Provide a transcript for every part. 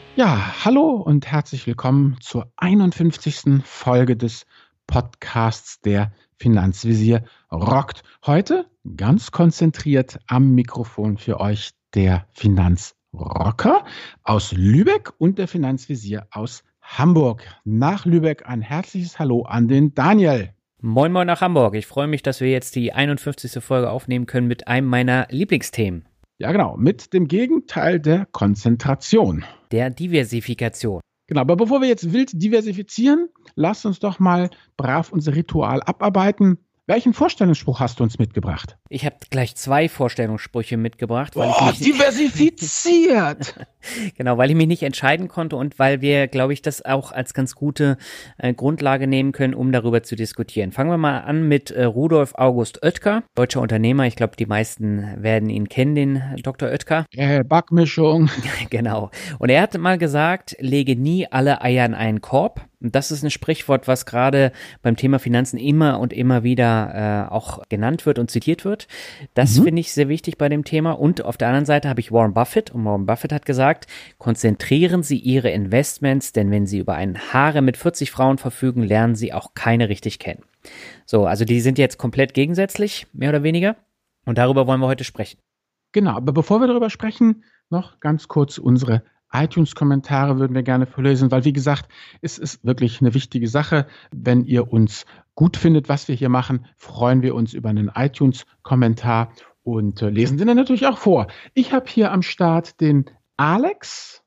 Ja, hallo und herzlich willkommen zur 51. Folge des Podcasts Der Finanzvisier rockt. Heute ganz konzentriert am Mikrofon für euch der Finanzrocker aus Lübeck und der Finanzvisier aus Hamburg. Nach Lübeck ein herzliches Hallo an den Daniel. Moin Moin nach Hamburg. Ich freue mich, dass wir jetzt die 51. Folge aufnehmen können mit einem meiner Lieblingsthemen. Ja, genau, mit dem Gegenteil der Konzentration. Der Diversifikation. Genau, aber bevor wir jetzt wild diversifizieren, lasst uns doch mal brav unser Ritual abarbeiten. Welchen Vorstellungsspruch hast du uns mitgebracht? Ich habe gleich 2 Vorstellungssprüche mitgebracht, weil ich mich diversifiziert! weil ich mich nicht entscheiden konnte und weil wir, glaube ich, das auch als ganz gute Grundlage nehmen können, um darüber zu diskutieren. Fangen wir mal an mit Rudolf August Oetker, deutscher Unternehmer. Ich glaube, die meisten werden ihn kennen, den Dr. Oetker. Backmischung. Genau. Und er hat mal gesagt, lege nie alle Eier in einen Korb. Und das ist ein Sprichwort, was gerade beim Thema Finanzen immer und immer wieder auch genannt wird und zitiert wird. Das finde ich sehr wichtig bei dem Thema. Und auf der anderen Seite habe ich Warren Buffett. Und Warren Buffett hat gesagt, konzentrieren Sie Ihre Investments, denn wenn Sie über einen Harem mit 40 Frauen verfügen, lernen Sie auch keine richtig kennen. So, also die sind jetzt komplett gegensätzlich, mehr oder weniger. Und darüber wollen wir heute sprechen. Genau, aber bevor wir darüber sprechen, noch ganz kurz unsere iTunes-Kommentare würden wir gerne vorlesen, weil wie gesagt, es ist wirklich eine wichtige Sache. Wenn ihr uns gut findet, was wir hier machen, freuen wir uns über einen iTunes-Kommentar und lesen den dann natürlich auch vor. Ich habe hier am Start den Alex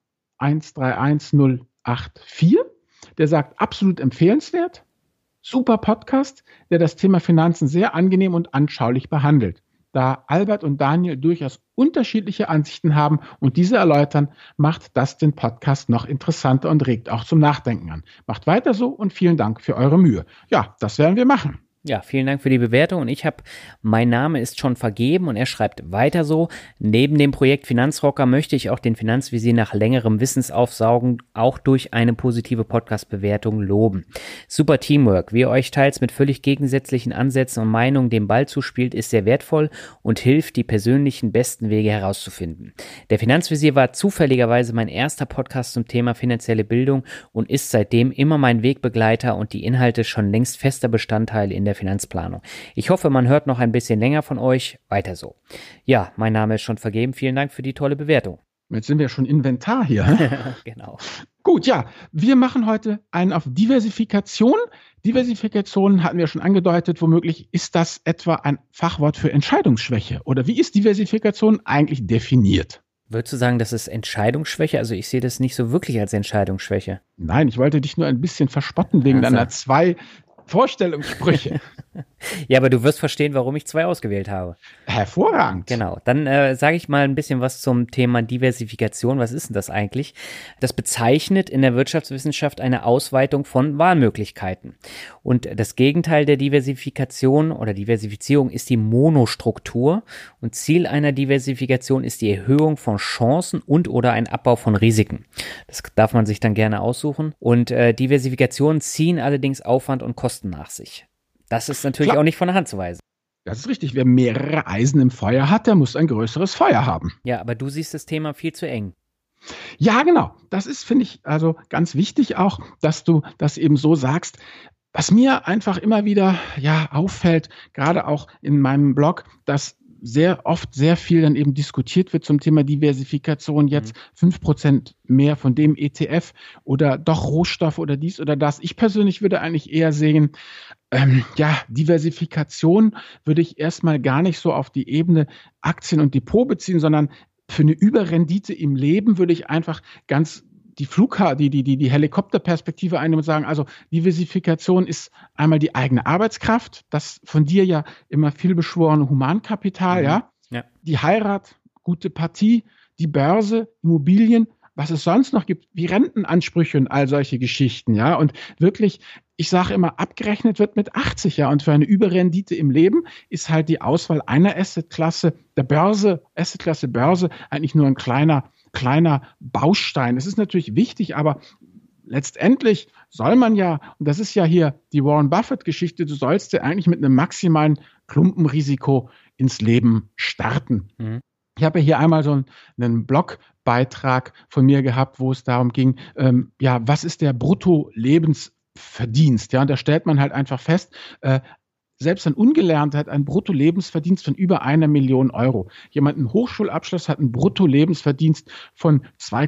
131084, der sagt, absolut empfehlenswert, super Podcast, der das Thema Finanzen sehr angenehm und anschaulich behandelt. Da Albert und Daniel durchaus unterschiedliche Ansichten haben und diese erläutern, macht das den Podcast noch interessanter und regt auch zum Nachdenken an. Macht weiter so und vielen Dank für eure Mühe. Ja, das werden wir machen. Ja, vielen Dank für die Bewertung und mein Name ist schon vergeben und er schreibt weiter so, neben dem Projekt Finanzrocker möchte ich auch den Finanzvisier nach längerem Wissensaufsaugen auch durch eine positive Podcast-Bewertung loben. Super Teamwork, wie ihr euch teils mit völlig gegensätzlichen Ansätzen und Meinungen den Ball zuspielt, ist sehr wertvoll und hilft, die persönlichen besten Wege herauszufinden. Der Finanzvisier war zufälligerweise mein erster Podcast zum Thema finanzielle Bildung und ist seitdem immer mein Wegbegleiter und die Inhalte schon längst fester Bestandteil in der Finanzplanung. Ich hoffe, man hört noch ein bisschen länger von euch. Weiter so. Ja, mein Name ist schon vergeben. Vielen Dank für die tolle Bewertung. Jetzt sind wir schon Inventar hier. Genau. Gut, ja, wir machen heute einen auf Diversifikation. Diversifikation hatten wir schon angedeutet, womöglich ist das etwa ein Fachwort für Entscheidungsschwäche. Oder wie ist Diversifikation eigentlich definiert? Würdest du sagen, das ist Entscheidungsschwäche? Also ich sehe das nicht so wirklich als Entscheidungsschwäche. Nein, ich wollte dich nur ein bisschen verspotten wegen deiner 2 Vorstellungssprüche. Ja, aber du wirst verstehen, warum ich 2 ausgewählt habe. Hervorragend. Genau, dann sage ich mal ein bisschen was zum Thema Diversifikation. Was ist denn das eigentlich? Das bezeichnet in der Wirtschaftswissenschaft eine Ausweitung von Wahlmöglichkeiten. Und das Gegenteil der Diversifikation oder Diversifizierung ist die Monostruktur. Und Ziel einer Diversifikation ist die Erhöhung von Chancen und oder ein Abbau von Risiken. Das darf man sich dann gerne aussuchen. Und Diversifikationen ziehen allerdings Aufwand und Kosten nach sich. Das ist natürlich auch nicht von der Hand zu weisen. Das ist richtig. Wer mehrere Eisen im Feuer hat, der muss ein größeres Feuer haben. Ja, aber du siehst das Thema viel zu eng. Ja, genau. Das ist, finde ich, also ganz wichtig auch, dass du das eben so sagst. Was mir einfach immer wieder auffällt, gerade auch in meinem Blog, dass sehr oft sehr viel dann eben diskutiert wird zum Thema Diversifikation, jetzt 5% mehr von dem ETF oder doch Rohstoff oder dies oder das. Ich persönlich würde eigentlich eher sehen, Diversifikation würde ich erstmal gar nicht so auf die Ebene Aktien und Depot beziehen, sondern für eine Überrendite im Leben würde ich einfach ganz die Helikopterperspektive einnehmen und sagen, also Diversifikation ist einmal die eigene Arbeitskraft, das von dir ja immer viel beschworene Humankapital, ja. Die Heirat, gute Partie, die Börse, Immobilien, was es sonst noch gibt, wie Rentenansprüche und all solche Geschichten, ja. Und wirklich, ich sage immer, abgerechnet wird mit 80, ja. Und für eine Überrendite im Leben ist halt die Auswahl einer Assetklasse, der Börse, Assetklasse Börse, eigentlich nur ein kleiner Baustein. Es ist natürlich wichtig, aber letztendlich soll man ja, und das ist ja hier die Warren Buffett-Geschichte, du sollst ja eigentlich mit einem maximalen Klumpenrisiko ins Leben starten. Ich habe ja hier einmal so einen Blogbeitrag von mir gehabt, wo es darum ging, was ist der Brutto-Lebensverdienst? Ja, und da stellt man halt einfach fest, selbst ein Ungelernter hat einen Brutto-Lebensverdienst von über 1 Million Euro. Jemand einen Hochschulabschluss hat einen Brutto-Lebensverdienst von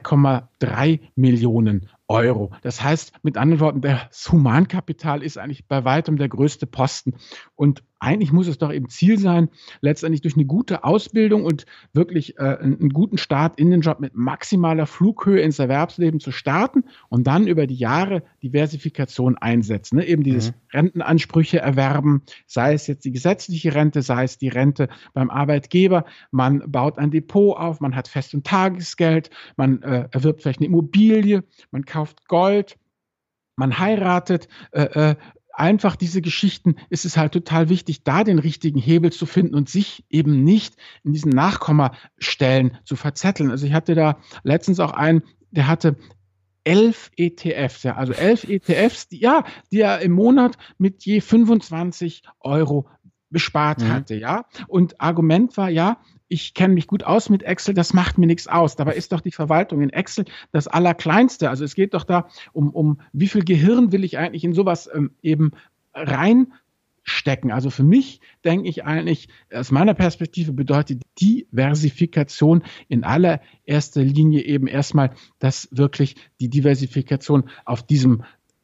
2,3 Millionen Euro. Das heißt, mit anderen Worten, das Humankapital ist eigentlich bei weitem der größte Posten. Und eigentlich muss es doch eben Ziel sein, letztendlich durch eine gute Ausbildung und wirklich einen guten Start in den Job mit maximaler Flughöhe ins Erwerbsleben zu starten und dann über die Jahre Diversifikation einsetzen. Ne? Eben dieses Rentenansprüche erwerben, sei es jetzt die gesetzliche Rente, sei es die Rente beim Arbeitgeber. Man baut ein Depot auf, man hat Fest- und Tagesgeld, man erwirbt vielleicht eine Immobilie, man kauft Gold, man heiratet. Einfach diese Geschichten ist es halt total wichtig, da den richtigen Hebel zu finden und sich eben nicht in diesen Nachkommastellen zu verzetteln. Also ich hatte da letztens auch einen, der hatte 11 ETFs, ja, also 11 ETFs, die er im Monat mit je 25 Euro bespart hatte, ja. Und Argument war, ja, ich kenne mich gut aus mit Excel, das macht mir nichts aus. Dabei ist doch die Verwaltung in Excel das Allerkleinste. Also es geht doch da um wie viel Gehirn will ich eigentlich in sowas eben reinstecken. Also für mich denke ich eigentlich, aus meiner Perspektive bedeutet Diversifikation in allererster Linie eben erstmal, dass wirklich die Diversifikation auf diesem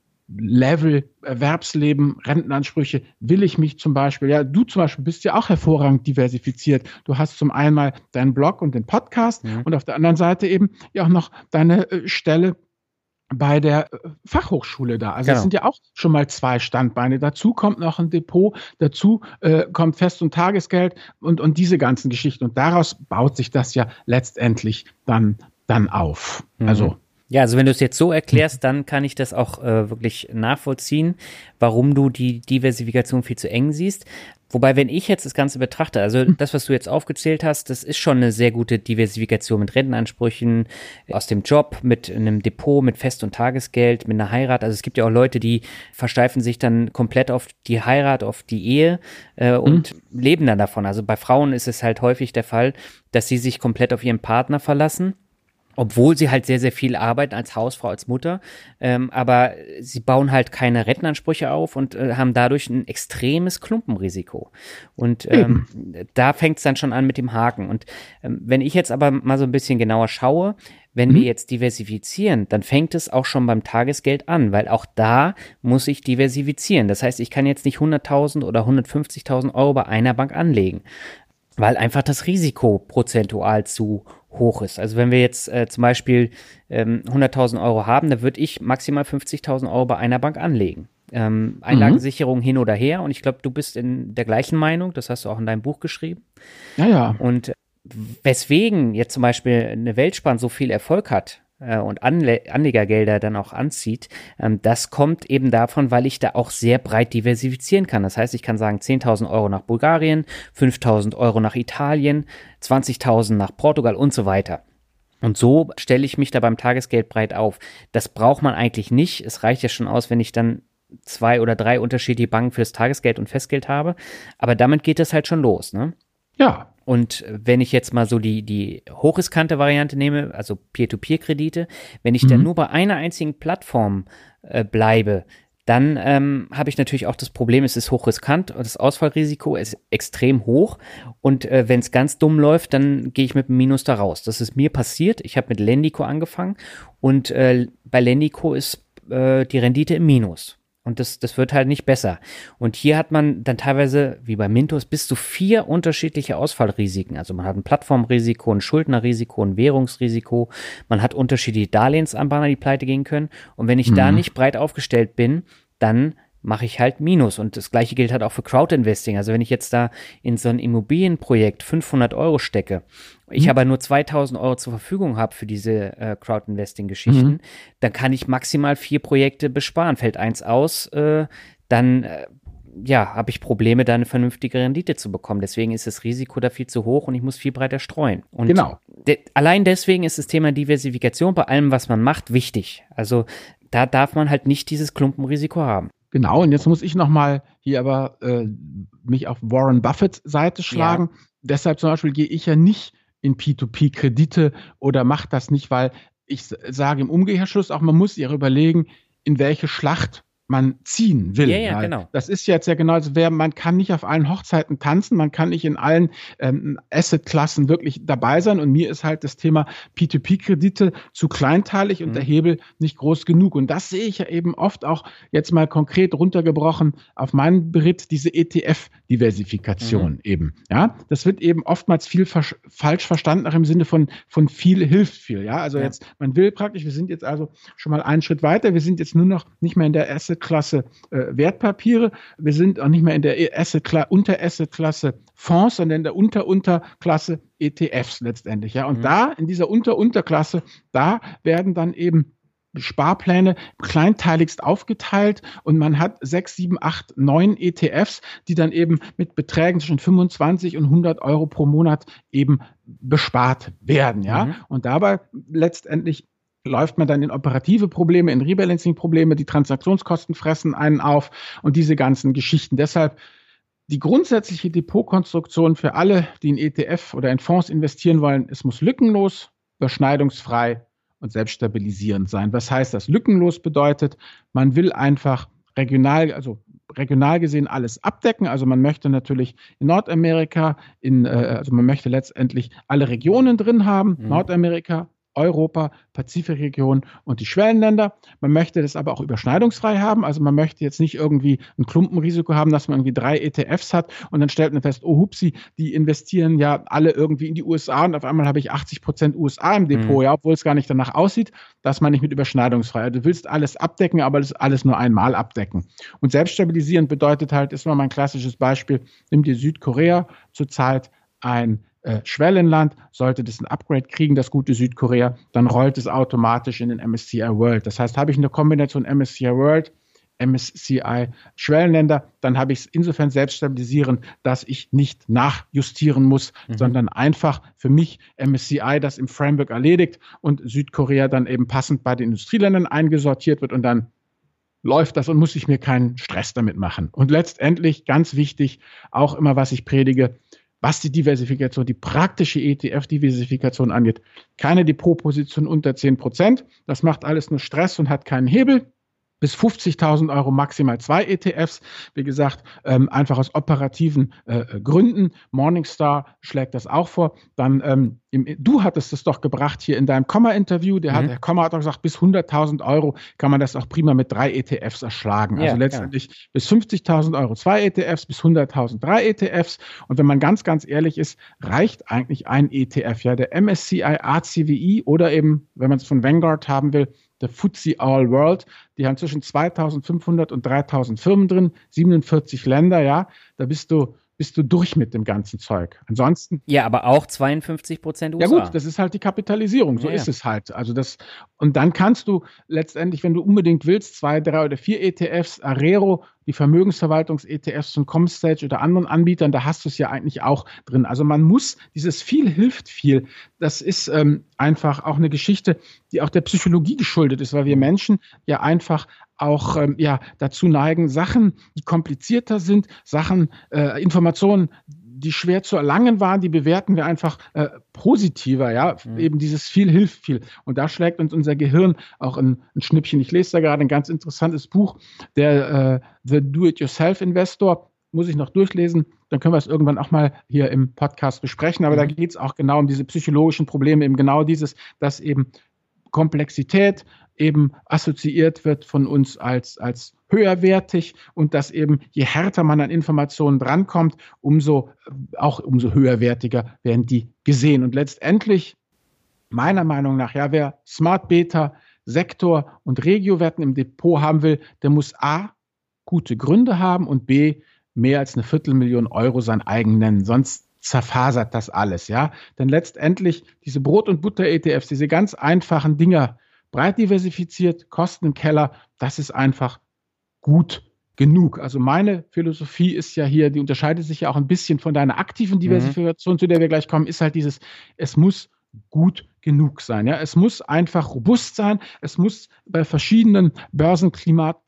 Level, Erwerbsleben, Rentenansprüche, will ich mich zum Beispiel, ja, du zum Beispiel bist ja auch hervorragend diversifiziert. Du hast zum einen mal deinen Blog und den Podcast und auf der anderen Seite eben ja auch noch deine Stelle bei der Fachhochschule da. Also es sind ja auch schon mal 2 Standbeine. Dazu kommt noch ein Depot, dazu kommt Fest- und Tagesgeld und diese ganzen Geschichten. Und daraus baut sich das ja letztendlich dann auf. Also ja, also wenn du es jetzt so erklärst, dann kann ich das auch wirklich nachvollziehen, warum du die Diversifikation viel zu eng siehst. Wobei, wenn ich jetzt das Ganze betrachte, also das, was du jetzt aufgezählt hast, das ist schon eine sehr gute Diversifikation mit Rentenansprüchen, aus dem Job, mit einem Depot, mit Fest- und Tagesgeld, mit einer Heirat. Also es gibt ja auch Leute, die versteifen sich dann komplett auf die Heirat, auf die Ehe und leben dann davon. Also bei Frauen ist es halt häufig der Fall, dass sie sich komplett auf ihren Partner verlassen. Obwohl sie halt sehr, sehr viel arbeiten als Hausfrau, als Mutter, aber sie bauen halt keine Rentenansprüche auf und haben dadurch ein extremes Klumpenrisiko. Und da fängt es dann schon an mit dem Haken. Und wenn ich jetzt aber mal so ein bisschen genauer schaue, wenn wir jetzt diversifizieren, dann fängt es auch schon beim Tagesgeld an, weil auch da muss ich diversifizieren. Das heißt, ich kann jetzt nicht 100.000 oder 150.000 Euro bei einer Bank anlegen, weil einfach das Risiko prozentual zu hoch ist. Also wenn wir jetzt zum Beispiel 100.000 Euro haben, dann würde ich maximal 50.000 Euro bei einer Bank anlegen. Einlagensicherung hin oder her. Und ich glaube, du bist in der gleichen Meinung. Das hast du auch in deinem Buch geschrieben. Ja. Und weswegen jetzt zum Beispiel eine Weltspan so viel Erfolg hat und Anlegergelder dann auch anzieht, das kommt eben davon, weil ich da auch sehr breit diversifizieren kann. Das heißt, ich kann sagen 10.000 Euro nach Bulgarien, 5.000 Euro nach Italien, 20.000 nach Portugal und so weiter. Und so stelle ich mich da beim Tagesgeld breit auf. Das braucht man eigentlich nicht. Es reicht ja schon aus, wenn ich dann 2 oder 3 unterschiedliche Banken fürs Tagesgeld und Festgeld habe. Aber damit geht das halt schon los, ne? Ja. Und wenn ich jetzt mal so die hochriskante Variante nehme, also Peer-to-Peer-Kredite, wenn ich dann nur bei einer einzigen Plattform bleibe, dann habe ich natürlich auch das Problem, es ist hochriskant und das Ausfallrisiko ist extrem hoch. Und wenn es ganz dumm läuft, dann gehe ich mit einem Minus da raus. Das ist mir passiert. Ich habe mit Lendico angefangen und bei Lendico ist die Rendite im Minus. Und das wird halt nicht besser. Und hier hat man dann teilweise, wie bei Mintos, bis zu 4 unterschiedliche Ausfallrisiken. Also man hat ein Plattformrisiko, ein Schuldnerrisiko, ein Währungsrisiko. Man hat unterschiedliche Darlehensanbahner, die pleite gehen können. Und wenn ich da nicht breit aufgestellt bin, dann mache ich halt Minus. Und das Gleiche gilt halt auch für Crowdinvesting. Also wenn ich jetzt da in so ein Immobilienprojekt 500 Euro stecke, ich aber nur 2.000 Euro zur Verfügung habe für diese Crowdinvesting-Geschichten, dann kann ich maximal 4 Projekte besparen. Fällt eins aus, dann habe ich Probleme, da eine vernünftige Rendite zu bekommen. Deswegen ist das Risiko da viel zu hoch und ich muss viel breiter streuen. Und genau. Allein deswegen ist das Thema Diversifikation bei allem, was man macht, wichtig. Also da darf man halt nicht dieses Klumpenrisiko haben. Genau, und jetzt muss ich nochmal hier aber mich auf Warren Buffetts Seite schlagen. Ja. Deshalb zum Beispiel gehe ich ja nicht in P2P-Kredite oder macht das nicht, weil ich sage im Umkehrschluss auch, man muss sich überlegen, in welche Schlacht man ziehen will. Ja, genau. Das ist jetzt ja genau, also man kann nicht auf allen Hochzeiten tanzen, man kann nicht in allen Assetklassen wirklich dabei sein und mir ist halt das Thema P2P-Kredite zu kleinteilig und der Hebel nicht groß genug und das sehe ich ja eben oft auch jetzt mal konkret runtergebrochen auf meinen Beritt, diese ETF-Diversifikation eben. Ja, das wird eben oftmals viel falsch verstanden, auch im Sinne von viel hilft viel. Ja, also jetzt, man will praktisch, wir sind jetzt also schon mal einen Schritt weiter, wir sind jetzt nur noch nicht mehr in der Assetklasse Wertpapiere. Wir sind auch nicht mehr in der Unterassetklasse Fonds, sondern in der Unterklasse ETFs letztendlich. Ja, und da in dieser Unterklasse, da werden dann eben Sparpläne kleinteiligst aufgeteilt und man hat 6, 7, 8, 9 ETFs, die dann eben mit Beträgen zwischen 25 und 100 Euro pro Monat eben bespart werden. Ja, und dabei letztendlich läuft man dann in operative Probleme, in Rebalancing-Probleme, die Transaktionskosten fressen einen auf und diese ganzen Geschichten. Deshalb die grundsätzliche Depotkonstruktion für alle, die in ETF oder in Fonds investieren wollen, es muss lückenlos, überschneidungsfrei und selbststabilisierend sein. Was heißt das? Lückenlos bedeutet, man will einfach regional gesehen alles abdecken. Also man möchte natürlich in Nordamerika, also man möchte letztendlich alle Regionen drin haben, Nordamerika, Europa, Pazifikregion und die Schwellenländer. Man möchte das aber auch überschneidungsfrei haben. Also man möchte jetzt nicht irgendwie ein Klumpenrisiko haben, dass man irgendwie 3 ETFs hat und dann stellt man fest, oh hupsi, die investieren ja alle irgendwie in die USA und auf einmal habe ich 80% USA im Depot, ja, obwohl es gar nicht danach aussieht, dass man nicht mit überschneidungsfrei. Du willst alles abdecken, aber das alles nur einmal abdecken. Und selbststabilisierend bedeutet halt, ist mal mein klassisches Beispiel, nimm dir Südkorea zurzeit ein Schwellenland, sollte das ein Upgrade kriegen, das gute Südkorea, dann rollt es automatisch in den MSCI World. Das heißt, habe ich eine Kombination MSCI World, MSCI Schwellenländer, dann habe ich es insofern selbst stabilisieren, dass ich nicht nachjustieren muss, sondern einfach für mich MSCI das im Framework erledigt und Südkorea dann eben passend bei den Industrieländern eingesortiert wird und dann läuft das und muss ich mir keinen Stress damit machen. Und letztendlich, ganz wichtig, auch immer, was ich predige, was die Diversifikation, die praktische ETF-Diversifikation angeht, keine Depotposition unter 10%. Das macht alles nur Stress und hat keinen Hebel. Bis 50.000 Euro maximal 2 ETFs. Wie gesagt, einfach aus operativen Gründen. Morningstar schlägt das auch vor. Dann, du hattest es doch gebracht hier in deinem Komma-Interview. Der Komma hat auch gesagt, bis 100.000 Euro kann man das auch prima mit 3 ETFs erschlagen. Also letztendlich bis 50.000 Euro 2 ETFs, bis 100.000 3 ETFs. Und wenn man ganz, ganz ehrlich ist, reicht eigentlich ein ETF. Ja, der MSCI ACWI oder eben, wenn man es von Vanguard haben will, der FTSE All World, die haben zwischen 2.500 und 3.000 Firmen drin, 47 Länder, ja, da bist du durch mit dem ganzen Zeug. Ansonsten. Ja, aber auch 52% USA. Ja gut, das ist halt die Kapitalisierung, so ist es halt. Also und dann kannst du letztendlich, wenn du unbedingt willst, 2, 3 oder 4 ETFs, Arero, die Vermögensverwaltungs-ETFs von Comstage oder anderen Anbietern, da hast du es ja eigentlich auch drin. Also man muss, dieses viel hilft viel, das ist einfach auch eine Geschichte, die auch der Psychologie geschuldet ist, weil wir Menschen ja einfach auch dazu neigen, Sachen, die komplizierter sind, Informationen, die schwer zu erlangen waren, die bewerten wir einfach positiver, ja, eben dieses viel hilft viel. Und da schlägt uns unser Gehirn auch ein Schnippchen. Ich lese da gerade ein ganz interessantes Buch, der The Do-It-Yourself-Investor, muss ich noch durchlesen, dann können wir es irgendwann auch mal hier im Podcast besprechen, aber da geht es auch genau um diese psychologischen Probleme, eben genau dieses, dass eben Komplexität eben assoziiert wird von uns als höherwertig und dass eben je härter man an Informationen drankommt, umso höherwertiger werden die gesehen. Und letztendlich, meiner Meinung nach, ja, wer Smart Beta, Sektor und Regiowerten im Depot haben will, der muss A, gute Gründe haben und B, mehr als 250.000 Euro sein eigen nennen. Sonst zerfasert das alles, ja. Denn letztendlich diese Brot- und Butter-ETFs, diese ganz einfachen Dinger, breit diversifiziert, Kosten im Keller, das ist einfach gut genug. Also meine Philosophie ist ja hier, die unterscheidet sich ja auch ein bisschen von deiner aktiven Diversifikation, zu der wir gleich kommen, ist halt dieses, es muss gut genug sein. Ja? Es muss einfach robust sein, es muss bei verschiedenen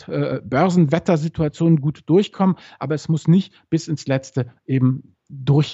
Börsenwettersituationen gut durchkommen, aber es muss nicht bis ins Letzte eben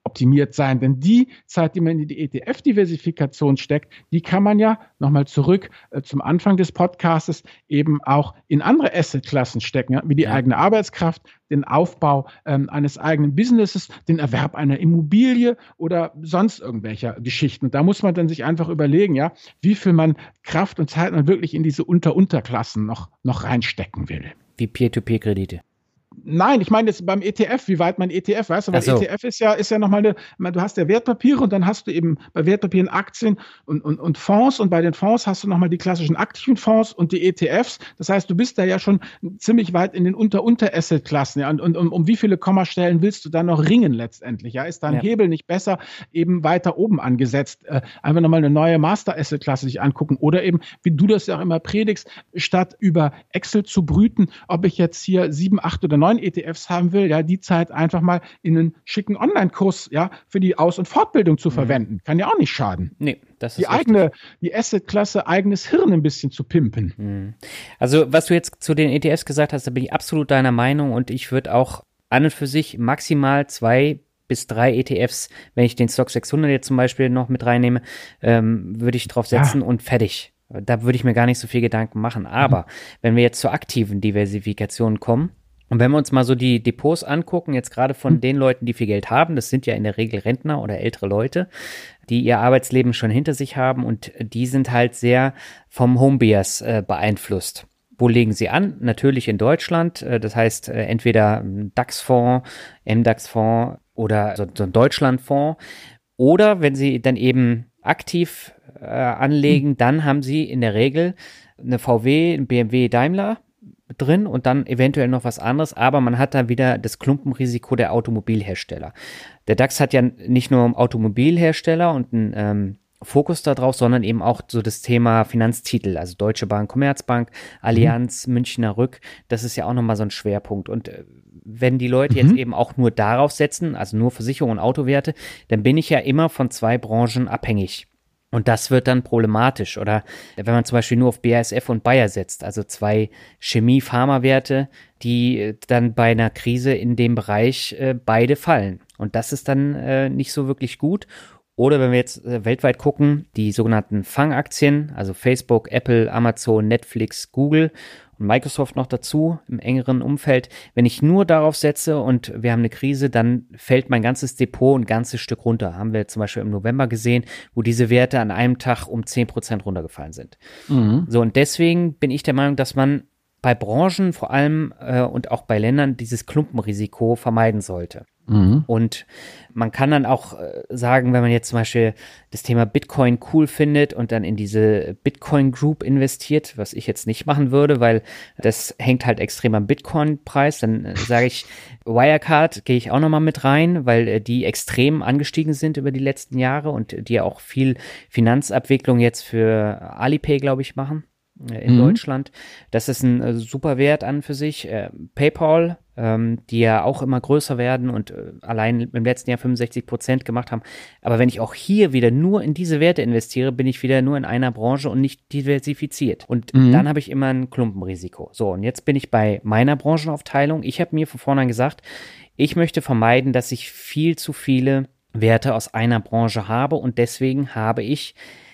optimiert sein. Denn die Zeit, die man in die ETF-Diversifikation steckt, die kann man ja, nochmal zurück zum Anfang des Podcastes, eben auch in andere Assetklassen stecken, ja, wie die eigene Arbeitskraft, den Aufbau eines eigenen Businesses, den Erwerb einer Immobilie oder sonst irgendwelcher Geschichten. Da muss man dann sich einfach überlegen, ja, wie viel man Kraft und Zeit man wirklich in diese Unterklassen noch reinstecken will. Wie Peer-to-Peer-Kredite. Nein, ich meine jetzt beim ETF, wie weit man ETF, weißt du, weil ETF ist ja nochmal du hast ja Wertpapiere und dann hast du eben bei Wertpapieren Aktien und Fonds und bei den Fonds hast du nochmal die klassischen aktiven Fonds und die ETFs. Das heißt, du bist da ja schon ziemlich weit in den Unter-Asset-Klassen, ja, und um wie viele Kommastellen willst du da noch ringen letztendlich, ja? Ist da ein Hebel nicht besser eben weiter oben angesetzt? Einfach nochmal eine neue Master-Asset-Klasse sich angucken oder eben, wie du das ja auch immer predigst, statt über Excel zu brüten, ob ich jetzt hier 7, 8 oder 9 ETFs haben will, ja, die Zeit einfach mal in einen schicken Online-Kurs, ja, für die Aus- und Fortbildung zu verwenden. Kann ja auch nicht schaden. Nee, das ist richtig. Die Asset-Klasse, eigenes Hirn ein bisschen zu pimpen. Also, was du jetzt zu den ETFs gesagt hast, da bin ich absolut deiner Meinung und ich würde auch an und für sich maximal 2 bis 3 ETFs, wenn ich den Stoxx 600 jetzt zum Beispiel noch mit reinnehme, würde ich drauf setzen und fertig. Da würde ich mir gar nicht so viel Gedanken machen. Aber wenn wir jetzt zur aktiven Diversifikation kommen, und wenn wir uns mal so die Depots angucken, jetzt gerade von den Leuten, die viel Geld haben, das sind ja in der Regel Rentner oder ältere Leute, die ihr Arbeitsleben schon hinter sich haben und die sind halt sehr vom Homebias beeinflusst. Wo legen sie an? Natürlich in Deutschland, das heißt entweder ein DAX-Fonds, MDAX-Fonds oder so ein Deutschland-Fonds. Oder wenn sie dann eben aktiv anlegen, dann haben sie in der Regel eine VW, ein BMW, Daimler drin und dann eventuell noch was anderes, aber man hat da wieder das Klumpenrisiko der Automobilhersteller. Der DAX hat ja nicht nur Automobilhersteller und einen Fokus da drauf, sondern eben auch so das Thema Finanztitel, also Deutsche Bank, Commerzbank, Allianz, Münchner Rück, das ist ja auch nochmal so ein Schwerpunkt und wenn die Leute jetzt eben auch nur darauf setzen, also nur Versicherung und Autowerte, dann bin ich ja immer von 2 Branchen abhängig. Und das wird dann problematisch. Oder wenn man zum Beispiel nur auf BASF und Bayer setzt, also 2 Chemie-Pharma-Werte, die dann bei einer Krise in dem Bereich beide fallen. Und das ist dann nicht so wirklich gut. Oder wenn wir jetzt weltweit gucken, die sogenannten Fangaktien, also Facebook, Apple, Amazon, Netflix, Google und Microsoft noch dazu im engeren Umfeld. Wenn ich nur darauf setze und wir haben eine Krise, dann fällt mein ganzes Depot ein ganzes Stück runter. Haben wir zum Beispiel im November gesehen, wo diese Werte an einem Tag um 10% runtergefallen sind. So, und deswegen bin ich der Meinung, dass man bei Branchen vor allem und auch bei Ländern dieses Klumpenrisiko vermeiden sollte. Und man kann dann auch sagen, wenn man jetzt zum Beispiel das Thema Bitcoin cool findet und dann in diese Bitcoin Group investiert, was ich jetzt nicht machen würde, weil das hängt halt extrem am Bitcoin-Preis, dann sage ich, Wirecard gehe ich auch nochmal mit rein, weil die extrem angestiegen sind über die letzten Jahre und die auch viel Finanzabwicklung jetzt für Alipay, glaube ich, machen in Deutschland. Das ist ein super Wert an für sich. PayPal, die ja auch immer größer werden und allein im letzten Jahr 65% gemacht haben. Aber wenn ich auch hier wieder nur in diese Werte investiere, bin ich wieder nur in einer Branche und nicht diversifiziert. Und dann habe ich immer ein Klumpenrisiko. So, und jetzt bin ich bei meiner Branchenaufteilung. Ich habe mir von vornherein gesagt, ich möchte vermeiden, dass ich viel zu viele Werte aus einer Branche habe und deswegen habe ich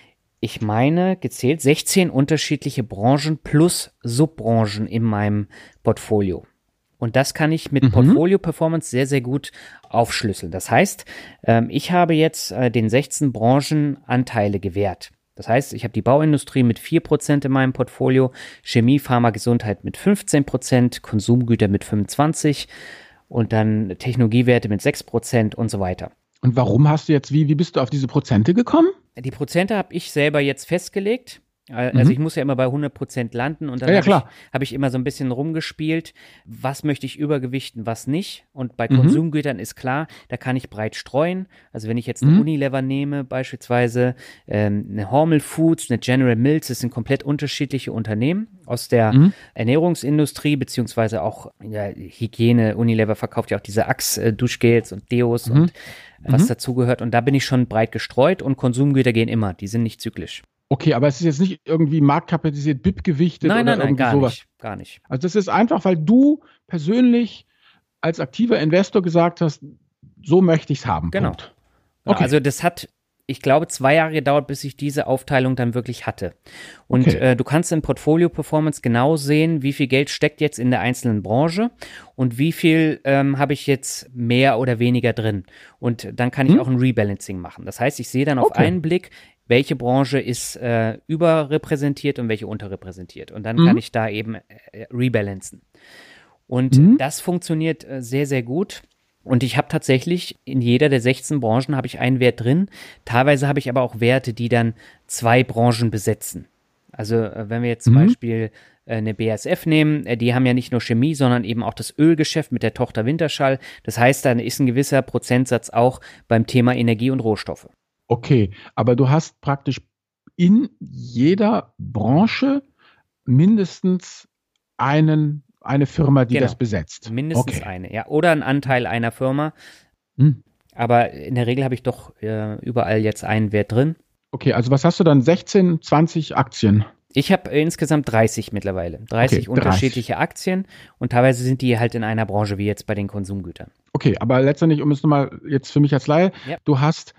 meine, gezählt 16 unterschiedliche Branchen plus Subbranchen in meinem Portfolio. Und das kann ich mit Portfolio Performance sehr, sehr gut aufschlüsseln. Das heißt, ich habe jetzt den 16 Branchen Anteile gewährt. Das heißt, ich habe die Bauindustrie mit 4% in meinem Portfolio, Chemie, Pharma, Gesundheit mit 15%, Konsumgüter mit 25% und dann Technologiewerte mit 6% und so weiter. Und warum hast du jetzt, wie bist du auf diese Prozente gekommen? Die Prozente habe ich selber jetzt festgelegt. Also ich muss ja immer bei 100% landen und dann hab ich immer so ein bisschen rumgespielt, was möchte ich übergewichten, was nicht. Und bei Konsumgütern ist klar, da kann ich breit streuen. Also wenn ich jetzt eine Unilever nehme, beispielsweise eine Hormel Foods, eine General Mills, das sind komplett unterschiedliche Unternehmen aus der Ernährungsindustrie, beziehungsweise auch Hygiene. Unilever verkauft ja auch diese Axe-Duschgels und Deos und was dazugehört. Und da bin ich schon breit gestreut und Konsumgüter gehen immer, die sind nicht zyklisch. Okay, aber es ist jetzt nicht irgendwie marktkapitalisiert, BIP gewichtet oder irgendwie sowas. Gar nicht. Also das ist einfach, weil du persönlich als aktiver Investor gesagt hast, so möchte ich es haben. Genau. Punkt. Okay. Also das hat, ich glaube, 2 Jahre gedauert, bis ich diese Aufteilung dann wirklich hatte. Und du kannst in Portfolio Performance genau sehen, wie viel Geld steckt jetzt in der einzelnen Branche und wie viel habe ich jetzt mehr oder weniger drin. Und dann kann ich auch ein Rebalancing machen. Das heißt, ich sehe dann auf einen Blick, welche Branche ist überrepräsentiert und welche unterrepräsentiert. Und dann kann ich da eben rebalancen. Und das funktioniert sehr, sehr gut. Und ich habe tatsächlich in jeder der 16 Branchen habe ich einen Wert drin. Teilweise habe ich aber auch Werte, die dann 2 Branchen besetzen. Also wenn wir jetzt zum Beispiel eine BASF nehmen, die haben ja nicht nur Chemie, sondern eben auch das Ölgeschäft mit der Tochter Wintershall. Das heißt, dann ist ein gewisser Prozentsatz auch beim Thema Energie und Rohstoffe. Okay, aber du hast praktisch in jeder Branche mindestens eine Firma, die das besetzt. Mindestens eine, ja. Oder ein Anteil einer Firma. Aber in der Regel habe ich doch überall jetzt einen Wert drin. Okay, also was hast du dann? 16, 20 Aktien? Ich habe insgesamt 30 mittlerweile. 30 unterschiedliche Aktien und teilweise sind die halt in einer Branche, wie jetzt bei den Konsumgütern. Okay, aber letztendlich, um es nochmal jetzt für mich als Laie, du hast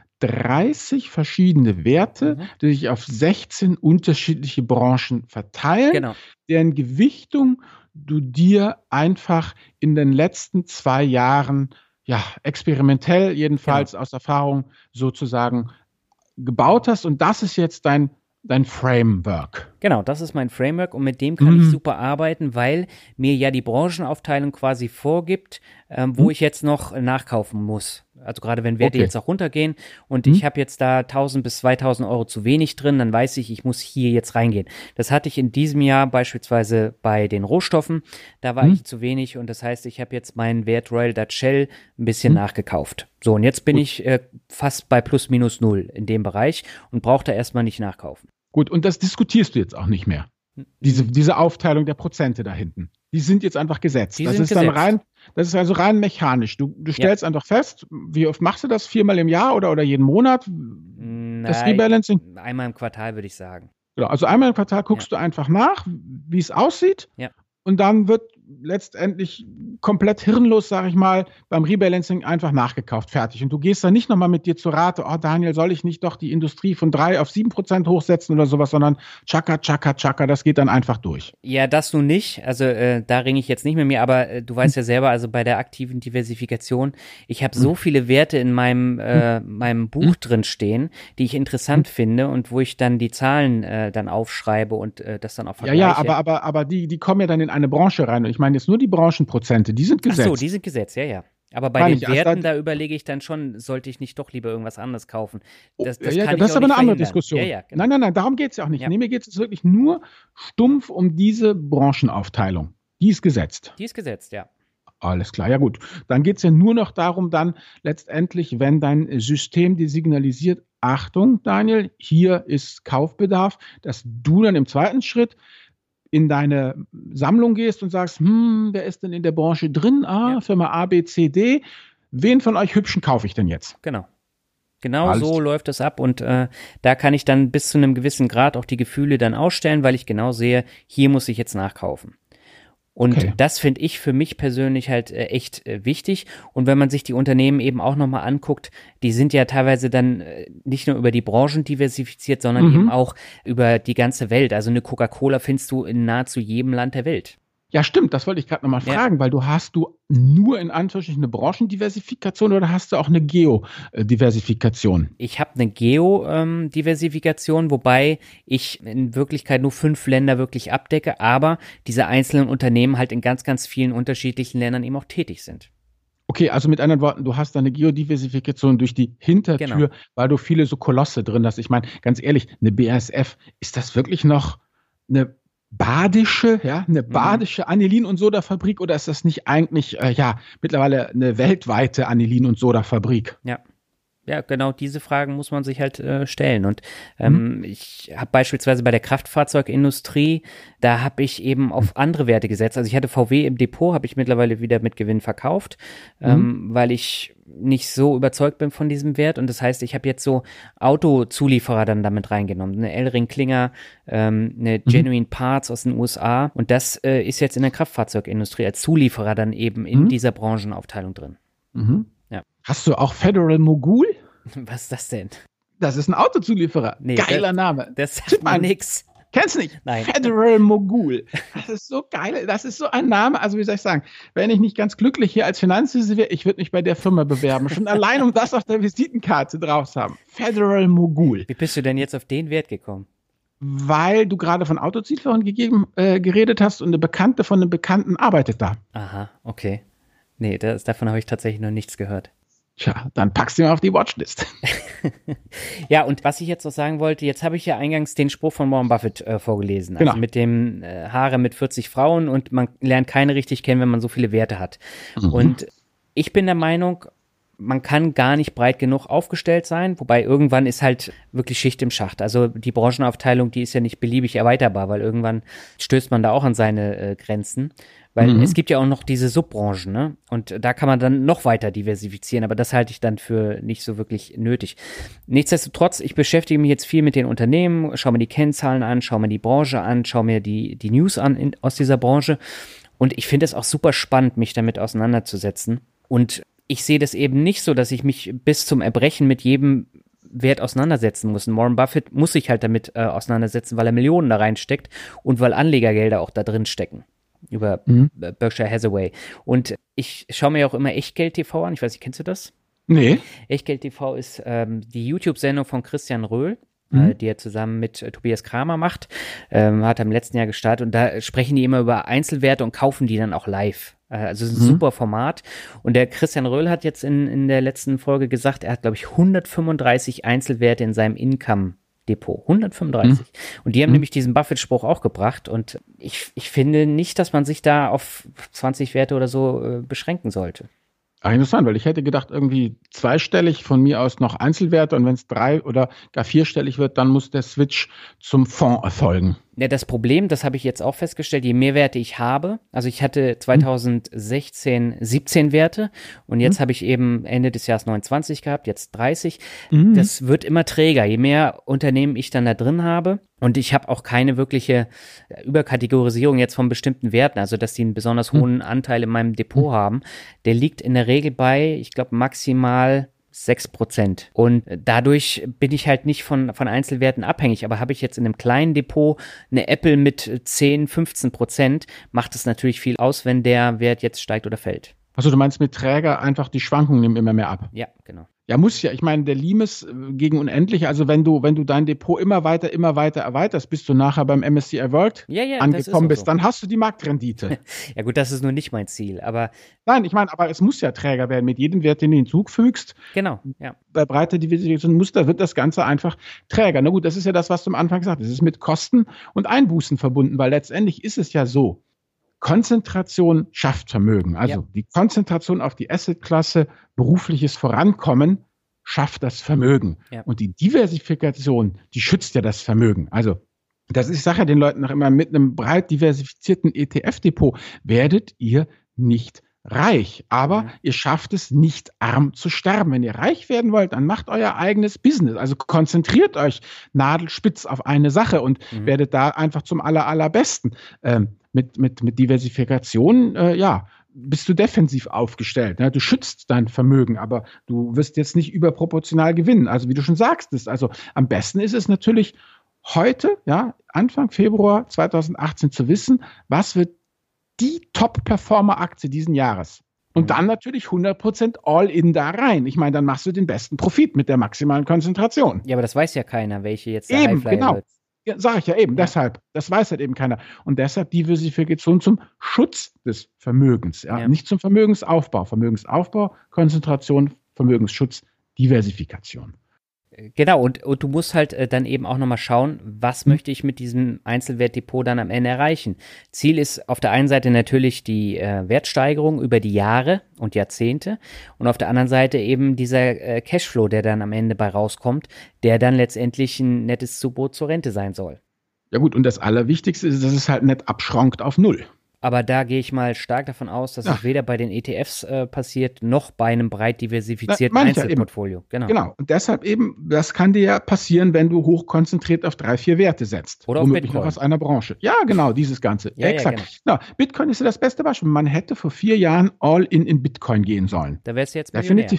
30 verschiedene Werte, die sich auf 16 unterschiedliche Branchen verteilen, deren Gewichtung du dir einfach in den letzten 2 Jahren, experimentell jedenfalls aus Erfahrung sozusagen gebaut hast. Und das ist jetzt dein Framework. Genau, das ist mein Framework und mit dem kann ich super arbeiten, weil mir ja die Branchenaufteilung quasi vorgibt, wo ich jetzt noch nachkaufen muss. Also gerade wenn Werte jetzt auch runtergehen und ich habe jetzt da 1.000 bis 2.000 Euro zu wenig drin, dann weiß ich, ich muss hier jetzt reingehen. Das hatte ich in diesem Jahr beispielsweise bei den Rohstoffen, da war ich zu wenig und das heißt, ich habe jetzt meinen Wert Royal Dutch Shell ein bisschen nachgekauft. So, und jetzt bin ich fast bei plus minus 0 in dem Bereich und brauche da erstmal nicht nachkaufen. Gut, und das diskutierst du jetzt auch nicht mehr. Diese Aufteilung der Prozente da hinten. Die sind jetzt einfach gesetzt. Das ist also rein mechanisch. Du stellst einfach fest, wie oft machst du das? 4-mal im Jahr oder jeden Monat? Das Rebalancing? Einmal im Quartal, würde ich sagen. Genau, also einmal im Quartal guckst du einfach nach, wie es aussieht. Ja. Und dann wird letztendlich komplett hirnlos, sage ich mal, beim Rebalancing einfach nachgekauft, fertig. Und du gehst dann nicht nochmal mit dir zu Rate, Daniel, soll ich nicht doch die Industrie von 3 auf 7% hochsetzen oder sowas, sondern tschakka, tschakka, tschakka, das geht dann einfach durch. Ja, das nun nicht. Also da ringe ich jetzt nicht mit mir, aber du weißt ja selber, also bei der aktiven Diversifikation, ich habe so viele Werte in meinem Buch drin stehen, die ich interessant finde und wo ich dann die Zahlen dann aufschreibe und das dann auch vergleiche. Ja, aber die kommen ja dann in eine Branche rein. Und ich meine jetzt nur die Branchenprozente, die sind gesetzt. Ach so, die sind gesetzt, ja. Aber bei den Werten, da überlege ich dann schon, sollte ich nicht doch lieber irgendwas anderes kaufen. Das ist aber eine andere Diskussion. Ja, genau. Nein, darum geht es ja auch nicht. Ja. Nee, mir geht es wirklich nur stumpf um diese Branchenaufteilung. Die ist gesetzt. Die ist gesetzt, ja. Alles klar, ja gut. Dann geht es ja nur noch darum, dann letztendlich, wenn dein System dir signalisiert, Achtung, Daniel, hier ist Kaufbedarf, dass du dann im zweiten Schritt in deine Sammlung gehst und sagst, wer ist denn in der Branche drin? Firma A, B, C, D. Wen von euch Hübschen kaufe ich denn jetzt? Genau so läuft das ab und da kann ich dann bis zu einem gewissen Grad auch die Gefühle dann ausstellen, weil ich genau sehe, hier muss ich jetzt nachkaufen. Und das finde ich für mich persönlich halt echt wichtig. Und wenn man sich die Unternehmen eben auch nochmal anguckt, die sind ja teilweise dann nicht nur über die Branchen diversifiziert, sondern eben auch über die ganze Welt. Also eine Coca-Cola findest du in nahezu jedem Land der Welt. Ja, stimmt, das wollte ich gerade nochmal fragen, weil hast du nur in Anführungsstrichen eine Branchendiversifikation oder hast du auch eine Geodiversifikation? Ich habe eine Geodiversifikation, wobei ich in Wirklichkeit nur 5 Länder wirklich abdecke, aber diese einzelnen Unternehmen halt in ganz, ganz vielen unterschiedlichen Ländern eben auch tätig sind. Okay, also mit anderen Worten, du hast eine Geodiversifikation durch die Hintertür, weil du viele so Kolosse drin hast. Ich meine, ganz ehrlich, eine BASF, ist das wirklich noch eine badische Anilin- und Soda-Fabrik oder ist das nicht eigentlich mittlerweile eine weltweite Anilin- und Soda-Fabrik? Ja, genau diese Fragen muss man sich halt stellen. Und ich habe beispielsweise bei der Kraftfahrzeugindustrie, da habe ich eben auf andere Werte gesetzt. Also ich hatte VW im Depot, habe ich mittlerweile wieder mit Gewinn verkauft, weil ich nicht so überzeugt bin von diesem Wert. Und das heißt, ich habe jetzt so Autozulieferer dann damit reingenommen. Eine Elring-Klinger, eine Genuine Parts aus den USA. Und das ist jetzt in der Kraftfahrzeugindustrie als Zulieferer dann eben in dieser Branchenaufteilung drin. Ja. Hast du auch Federal Mogul? Was ist das denn? Das ist ein Autozulieferer. Nee, Geiler Name. Das sagt mir nix. Kennst du nicht? Nein. Federal Mogul. Das ist so geil. Das ist so ein Name. Also wie soll ich sagen, wenn ich nicht ganz glücklich hier als Finanzwesen wäre, ich würde mich bei der Firma bewerben. Schon allein, um das auf der Visitenkarte drauf zu haben. Federal Mogul. Wie bist du denn jetzt auf den Wert gekommen? Weil du gerade von Autozulieferern geredet hast und eine Bekannte von einem Bekannten arbeitet da. Aha, okay. Nee, davon habe ich tatsächlich noch nichts gehört. Tja, dann packst du mal auf die Watchlist. Ja, und was ich jetzt noch sagen wollte, jetzt habe ich ja eingangs den Spruch von Warren Buffett vorgelesen. Also mit dem Haare mit 40 Frauen und man lernt keine richtig kennen, wenn man so viele Werte hat. Mhm. Und ich bin der Meinung, man kann gar nicht breit genug aufgestellt sein, wobei irgendwann ist halt wirklich Schicht im Schacht. Also die Branchenaufteilung, die ist ja nicht beliebig erweiterbar, weil irgendwann stößt man da auch an seine Grenzen. Weil es gibt ja auch noch diese Subbranchen, ne? Und da kann man dann noch weiter diversifizieren, aber das halte ich dann für nicht so wirklich nötig. Nichtsdestotrotz, ich beschäftige mich jetzt viel mit den Unternehmen, schaue mir die Kennzahlen an, schaue mir die Branche an, schaue mir die News an aus dieser Branche. Und ich finde es auch super spannend, mich damit auseinanderzusetzen. Und ich sehe das eben nicht so, dass ich mich bis zum Erbrechen mit jedem Wert auseinandersetzen muss. Und Warren Buffett muss sich halt damit auseinandersetzen, weil er Millionen da reinsteckt und weil Anlegergelder auch da drin stecken. Über Berkshire Hathaway. Und ich schaue mir auch immer Echtgeld TV an. Ich weiß nicht, kennst du das? Nee. Echtgeld TV ist die YouTube-Sendung von Christian Röhl, die er zusammen mit Tobias Kramer macht. Hat er im letzten Jahr gestartet. Und da sprechen die immer über Einzelwerte und kaufen die dann auch live. Also es ist ein super Format. Und der Christian Röhl hat jetzt in der letzten Folge gesagt, er hat, glaube ich, 135 Einzelwerte in seinem Income-Depot. 135. Und die haben nämlich diesen Buffett-Spruch auch gebracht. Und ich finde nicht, dass man sich da auf 20 Werte oder so beschränken sollte. Ach, interessant, weil ich hätte gedacht, irgendwie zweistellig von mir aus noch Einzelwerte und wenn es 3- oder gar vierstellig wird, dann muss der Switch zum Fonds erfolgen. Ja, das Problem, das habe ich jetzt auch festgestellt, je mehr Werte ich habe, also ich hatte 2016 17 Werte und jetzt habe ich eben Ende des Jahres 29 gehabt, jetzt 30. Das wird immer träger, je mehr Unternehmen ich dann da drin habe und ich habe auch keine wirkliche Überkategorisierung jetzt von bestimmten Werten, also dass die einen besonders hohen Anteil in meinem Depot haben. Der liegt in der Regel bei, ich glaube, maximal 6%. Und dadurch bin ich halt nicht von Einzelwerten abhängig. Aber habe ich jetzt in einem kleinen Depot eine Apple mit 10-15%, macht es natürlich viel aus, wenn der Wert jetzt steigt oder fällt. Also du meinst mit Träger einfach die Schwankungen nehmen immer mehr ab? Ja, genau. Ja, muss ja. Ich meine, der Limes gegen unendlich, also wenn du dein Depot immer weiter erweiterst, bis du nachher beim MSCI World angekommen bist, dann hast du die Marktrendite. Ja gut, das ist nur nicht mein Ziel, aber... Nein, ich meine, aber es muss ja Träger werden. Mit jedem Wert, den du hinzufügst, genau, ja. Bei breiter Diversifikation wird das Ganze einfach träger. Na gut, das ist ja das, was du am Anfang gesagt hast. Es ist mit Kosten und Einbußen verbunden, weil letztendlich ist es ja so, Konzentration schafft Vermögen. Also die Konzentration auf die Assetklasse, berufliches Vorankommen schafft das Vermögen. Ja. Und die Diversifikation, die schützt ja das Vermögen. Also ich sage ja den Leuten noch immer, mit einem breit diversifizierten ETF-Depot werdet ihr nicht reich. Aber ihr schafft es nicht, arm zu sterben. Wenn ihr reich werden wollt, dann macht euer eigenes Business. Also konzentriert euch nadelspitz auf eine Sache und werdet da einfach zum allerbesten. Mit Diversifikation, bist du defensiv aufgestellt. Ne? Du schützt dein Vermögen, aber du wirst jetzt nicht überproportional gewinnen. Also wie du schon sagst, also am besten ist es natürlich heute, Anfang Februar 2018 zu wissen, was wird die Top-Performer-Aktie diesen Jahres. Und dann natürlich 100% All-in da rein. Ich meine, dann machst du den besten Profit mit der maximalen Konzentration. Ja, aber das weiß ja keiner, welche jetzt der Highflyer genau. Wird. Ja, sage ich ja eben, deshalb. Das weiß halt eben keiner. Und deshalb Diversifikation zum Schutz des Vermögens. Ja? Nicht zum Vermögensaufbau. Vermögensaufbau, Konzentration, Vermögensschutz, Diversifikation. Genau, und du musst halt dann eben auch nochmal schauen, was möchte ich mit diesem Einzelwertdepot dann am Ende erreichen. Ziel ist auf der einen Seite natürlich die Wertsteigerung über die Jahre und Jahrzehnte und auf der anderen Seite eben dieser Cashflow, der dann am Ende bei rauskommt, der dann letztendlich ein nettes Zubrot zur Rente sein soll. Ja gut, und das Allerwichtigste ist, dass es halt nicht abschrankt auf Null. Aber da gehe ich mal stark davon aus, dass es weder bei den ETFs passiert, noch bei einem breit diversifizierten Einzelportfolio. Genau. Und deshalb eben, das kann dir ja passieren, wenn du hochkonzentriert auf 3-4 Werte setzt. Oder auf Bitcoin. Noch aus einer Branche. Ja, genau, dieses Ganze. Ja, exakt. Ja, genau. Bitcoin ist ja das beste Beispiel. Man hätte vor 4 Jahren all in Bitcoin gehen sollen. Da wärst du jetzt Millionär.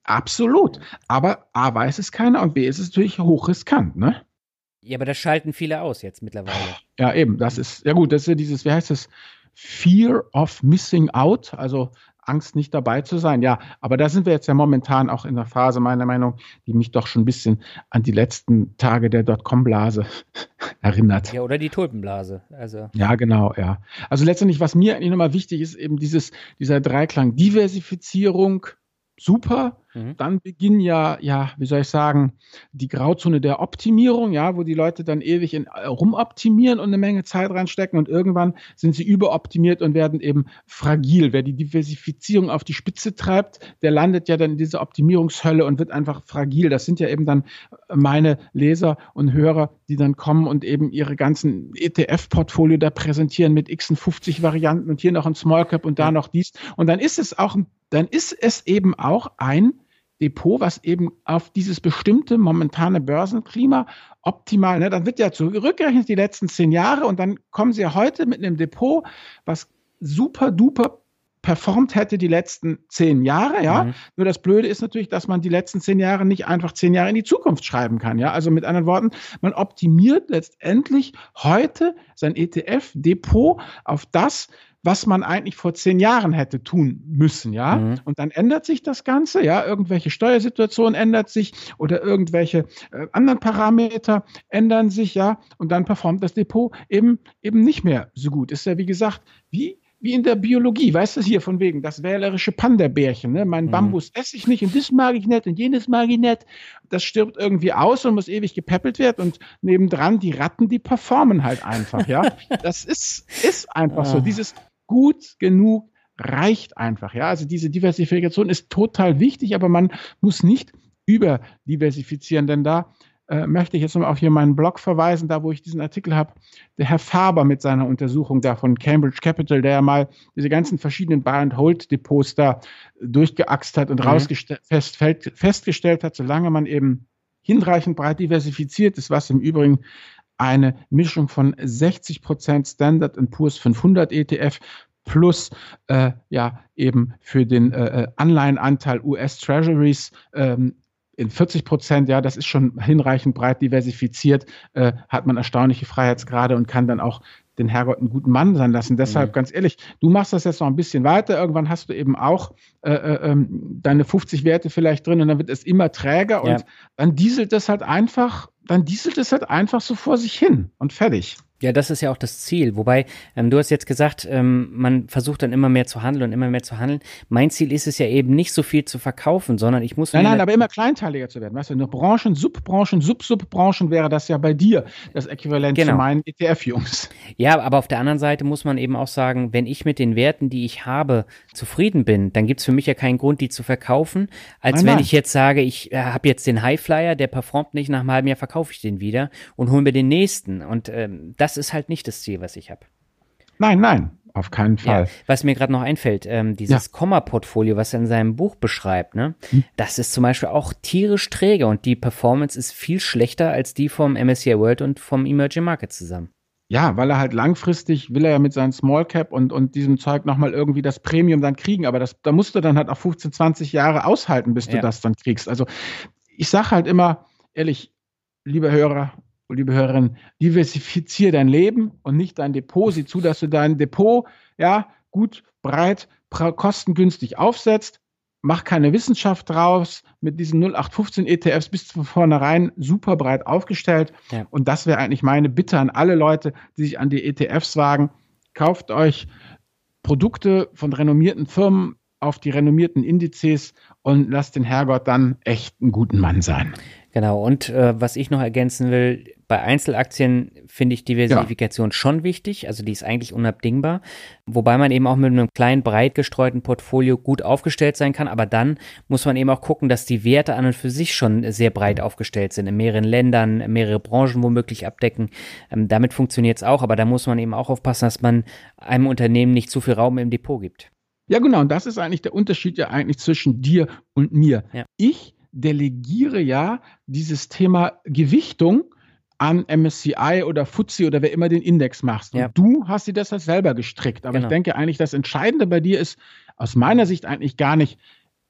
Absolut. Aber A, weiß es keiner und B, ist es natürlich hochriskant, ne? Ja, aber das schalten viele aus jetzt mittlerweile. Ja, eben. Das ist, ja gut, das ist ja dieses, wie heißt das? Fear of missing out, also Angst, nicht dabei zu sein. Ja, aber da sind wir jetzt ja momentan auch in der Phase, meiner Meinung, die mich doch schon ein bisschen an die letzten Tage der Dotcom-Blase erinnert. Ja, oder die Tulpenblase. Also. Ja, genau, ja. Also letztendlich, was mir eigentlich nochmal wichtig ist, eben dieser Dreiklang Diversifizierung, super. Dann beginnen ja, wie soll ich sagen, die Grauzone der Optimierung, ja, wo die Leute dann ewig rumoptimieren und eine Menge Zeit reinstecken und irgendwann sind sie überoptimiert und werden eben fragil. Wer die Diversifizierung auf die Spitze treibt, der landet ja dann in dieser Optimierungshölle und wird einfach fragil. Das sind ja eben dann meine Leser und Hörer, die dann kommen und eben ihre ganzen ETF-Portfolio da präsentieren mit x 50 Varianten und hier noch ein Small Cap und da noch dies. Und dann ist es eben auch ein Depot, was eben auf dieses bestimmte momentane Börsenklima optimal, ne, dann wird ja zurückgerechnet die letzten 10 Jahre und dann kommen sie ja heute mit einem Depot, was super duper performt hätte die letzten 10 Jahre, ja. Nur das Blöde ist natürlich, dass man die letzten 10 Jahre nicht einfach 10 Jahre in die Zukunft schreiben kann, ja. Also mit anderen Worten, man optimiert letztendlich heute sein ETF-Depot auf das, was man eigentlich vor 10 Jahren hätte tun müssen, ja. Und dann ändert sich das Ganze, ja. Irgendwelche Steuersituation ändert sich oder irgendwelche anderen Parameter ändern sich, ja. Und dann performt das Depot eben nicht mehr so gut. Ist ja, wie gesagt, wie in der Biologie, weißt du, hier von wegen, das wählerische Panda-Bärchen, ne? Mein Bambus esse ich nicht und das mag ich nicht und jenes mag ich nicht. Das stirbt irgendwie aus und muss ewig gepäppelt werden und nebendran die Ratten, die performen halt einfach, ja. Das ist einfach so. Dieses gut genug reicht einfach, ja. Also diese Diversifikation ist total wichtig, aber man muss nicht überdiversifizieren, denn da möchte ich jetzt nochmal auf hier meinen Blog verweisen, da wo ich diesen Artikel habe, der Herr Faber mit seiner Untersuchung da von Cambridge Capital, der ja mal diese ganzen verschiedenen Buy-and-Hold-Depots da durchgeaxt hat und festgestellt hat, solange man eben hinreichend breit diversifiziert ist, was im Übrigen eine Mischung von 60% Standard & Poor's 500 ETF plus eben für den Anleihenanteil US Treasuries in 40%, ja, das ist schon hinreichend breit diversifiziert, hat man erstaunliche Freiheitsgrade und kann dann auch den Herrgott einen guten Mann sein lassen. Deshalb, ganz ehrlich, du machst das jetzt noch ein bisschen weiter. Irgendwann hast du eben auch deine 50 Werte vielleicht drin und dann wird es immer träger und dann dieselt es halt einfach so vor sich hin und fertig. Ja, das ist ja auch das Ziel. Wobei, du hast jetzt gesagt, man versucht dann immer mehr zu handeln und immer mehr zu handeln. Mein Ziel ist es ja eben nicht so viel zu verkaufen, sondern ich muss... Nein, aber immer kleinteiliger zu werden. Weißt du, eine Branchen, Subbranchen, Subbranchen wäre das ja bei dir das Äquivalent zu meinen ETF-Jungs. Ja, aber auf der anderen Seite muss man eben auch sagen, wenn ich mit den Werten, die ich habe, zufrieden bin, dann gibt's für mich ja keinen Grund, die zu verkaufen, als wenn ich jetzt sage, ich habe jetzt den Highflyer, der performt nicht, nach einem halben Jahr verkaufe ich den wieder und hole mir den nächsten. Und das ist halt nicht das Ziel, was ich habe. Nein, auf keinen Fall. Ja, was mir gerade noch einfällt, dieses Komma-Portfolio, was er in seinem Buch beschreibt, ne, das ist zum Beispiel auch tierisch träge und die Performance ist viel schlechter als die vom MSCI World und vom Emerging Market zusammen. Ja, weil er halt langfristig will er ja mit seinem Small Cap und diesem Zeug nochmal irgendwie das Premium dann kriegen, aber da musst du dann halt auch 15, 20 Jahre aushalten, bis du das dann kriegst. Also ich sage halt immer, ehrlich, liebe Hörer, liebe Hörerin, diversifizier dein Leben und nicht dein Depot. Sieh zu, dass du dein Depot gut, breit, kostengünstig aufsetzt. Mach keine Wissenschaft draus. Mit diesen 0815 ETFs bist du von vornherein super breit aufgestellt. Ja. Und das wäre eigentlich meine Bitte an alle Leute, die sich an die ETFs wagen. Kauft euch Produkte von renommierten Firmen auf die renommierten Indizes und lasst den Herrgott dann echt einen guten Mann sein. Genau, und was ich noch ergänzen will, bei Einzelaktien finde ich Diversifikation schon wichtig, also die ist eigentlich unabdingbar, wobei man eben auch mit einem kleinen, breit gestreuten Portfolio gut aufgestellt sein kann, aber dann muss man eben auch gucken, dass die Werte an und für sich schon sehr breit aufgestellt sind, in mehreren Ländern, mehrere Branchen womöglich abdecken, damit funktioniert es auch, aber da muss man eben auch aufpassen, dass man einem Unternehmen nicht zu viel Raum im Depot gibt. Ja, genau, und das ist eigentlich der Unterschied ja eigentlich zwischen dir und mir. Ja. Ich delegiere ja dieses Thema Gewichtung an MSCI oder FTSE oder wer immer den Index machst. Und du hast dir das halt selber gestrickt. Aber ich denke eigentlich, das Entscheidende bei dir ist aus meiner Sicht eigentlich gar nicht,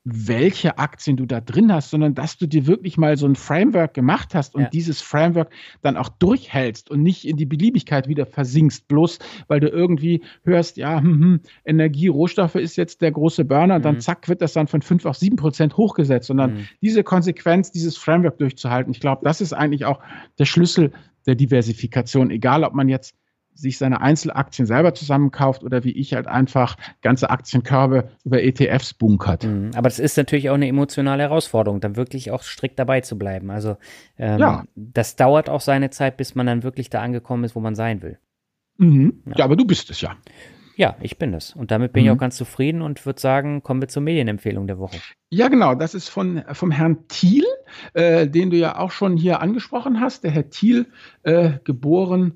welche Aktien du da drin hast, sondern dass du dir wirklich mal so ein Framework gemacht hast und dieses Framework dann auch durchhältst und nicht in die Beliebigkeit wieder versinkst, bloß weil du irgendwie hörst, ja, Energie, Rohstoffe ist jetzt der große Burner, dann zack, wird das dann von 5 auf 7% hochgesetzt, sondern diese Konsequenz, dieses Framework durchzuhalten, ich glaube, das ist eigentlich auch der Schlüssel der Diversifikation, egal ob man jetzt sich seine Einzelaktien selber zusammenkauft oder wie ich halt einfach ganze Aktienkörbe über ETFs bunkert. Aber das ist natürlich auch eine emotionale Herausforderung, dann wirklich auch strikt dabei zu bleiben. Also das dauert auch seine Zeit, bis man dann wirklich da angekommen ist, wo man sein will. Ja, aber du bist es ja. Ja, ich bin es. Und damit bin ich auch ganz zufrieden und würde sagen, kommen wir zur Medienempfehlung der Woche. Ja, genau. Das ist vom Herrn Thiel, den du ja auch schon hier angesprochen hast. Der Herr Thiel, geboren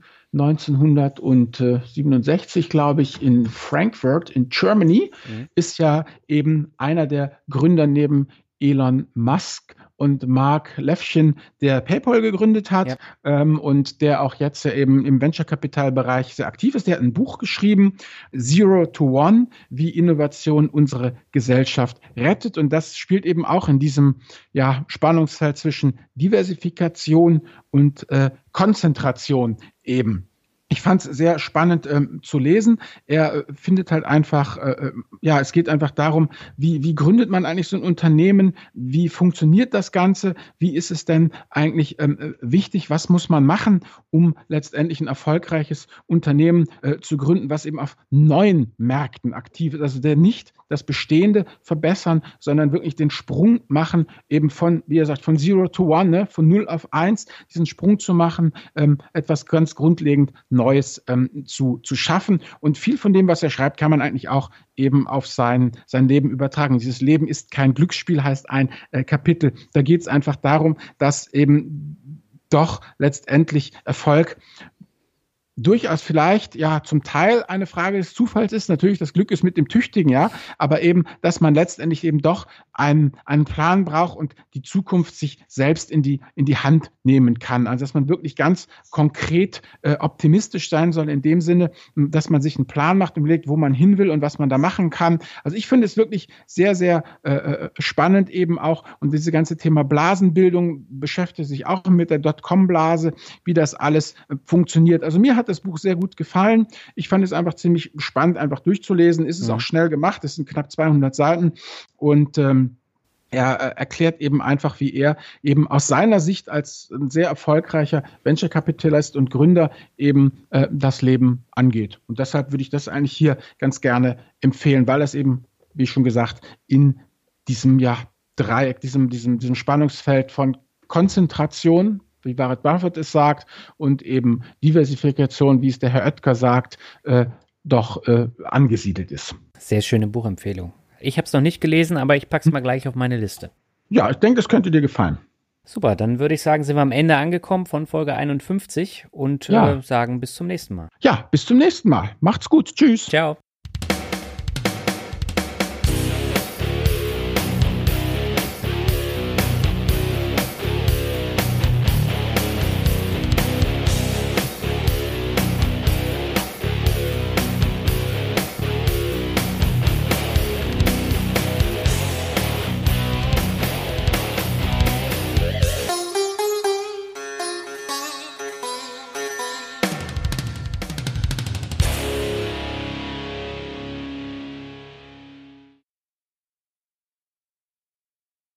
1967, glaube ich, in Frankfurt in Germany, ist ja eben einer der Gründer neben Elon Musk und Mark Levchin, der PayPal gegründet hat und der auch jetzt eben im Venture-Capital-Bereich sehr aktiv ist. Der hat ein Buch geschrieben, Zero to One, wie Innovation unsere Gesellschaft rettet. Und das spielt eben auch in diesem Spannungsfeld zwischen Diversifikation und Konzentration eben. Ich fand es sehr spannend zu lesen. Er findet halt einfach, es geht einfach darum, wie gründet man eigentlich so ein Unternehmen? Wie funktioniert das Ganze? Wie ist es denn eigentlich wichtig? Was muss man machen, um letztendlich ein erfolgreiches Unternehmen zu gründen, was eben auf neuen Märkten aktiv ist? Also der nicht das Bestehende verbessern, sondern wirklich den Sprung machen, eben von, wie er sagt, von 0 to 1, ne, von 0 auf 1, diesen Sprung zu machen, etwas ganz grundlegend Neues zu schaffen. Und viel von dem, was er schreibt, kann man eigentlich auch eben auf sein Leben übertragen. Dieses Leben ist kein Glücksspiel, heißt ein Kapitel. Da geht es einfach darum, dass eben doch letztendlich Erfolg durchaus vielleicht zum Teil eine Frage des Zufalls ist. Natürlich, das Glück ist mit dem Tüchtigen, aber eben, dass man letztendlich eben doch einen Plan braucht und die Zukunft sich selbst in die Hand nehmen kann. Also, dass man wirklich ganz konkret optimistisch sein soll in dem Sinne, dass man sich einen Plan macht und überlegt, wo man hin will und was man da machen kann. Also, ich finde es wirklich sehr, sehr spannend eben auch. Und diese ganze Thema Blasenbildung beschäftigt sich auch mit der Dotcom-Blase, wie das alles funktioniert. Also, mir hat das Buch sehr gut gefallen. Ich fand es einfach ziemlich spannend, einfach durchzulesen. Ist es auch schnell gemacht. Es sind knapp 200 Seiten und er erklärt eben einfach, wie er eben aus seiner Sicht als ein sehr erfolgreicher Venture-Kapitalist und Gründer eben das Leben angeht. Und deshalb würde ich das eigentlich hier ganz gerne empfehlen, weil es eben, wie schon gesagt, in diesem Dreieck, diesem Spannungsfeld von Konzentration, wie Warren Buffett es sagt, und eben Diversifikation, wie es der Herr Oetker sagt, doch angesiedelt ist. Sehr schöne Buchempfehlung. Ich habe es noch nicht gelesen, aber ich packe es mal gleich auf meine Liste. Ja, ich denke, es könnte dir gefallen. Super, dann würde ich sagen, sind wir am Ende angekommen von Folge 51 und sagen bis zum nächsten Mal. Ja, bis zum nächsten Mal. Macht's gut. Tschüss. Ciao.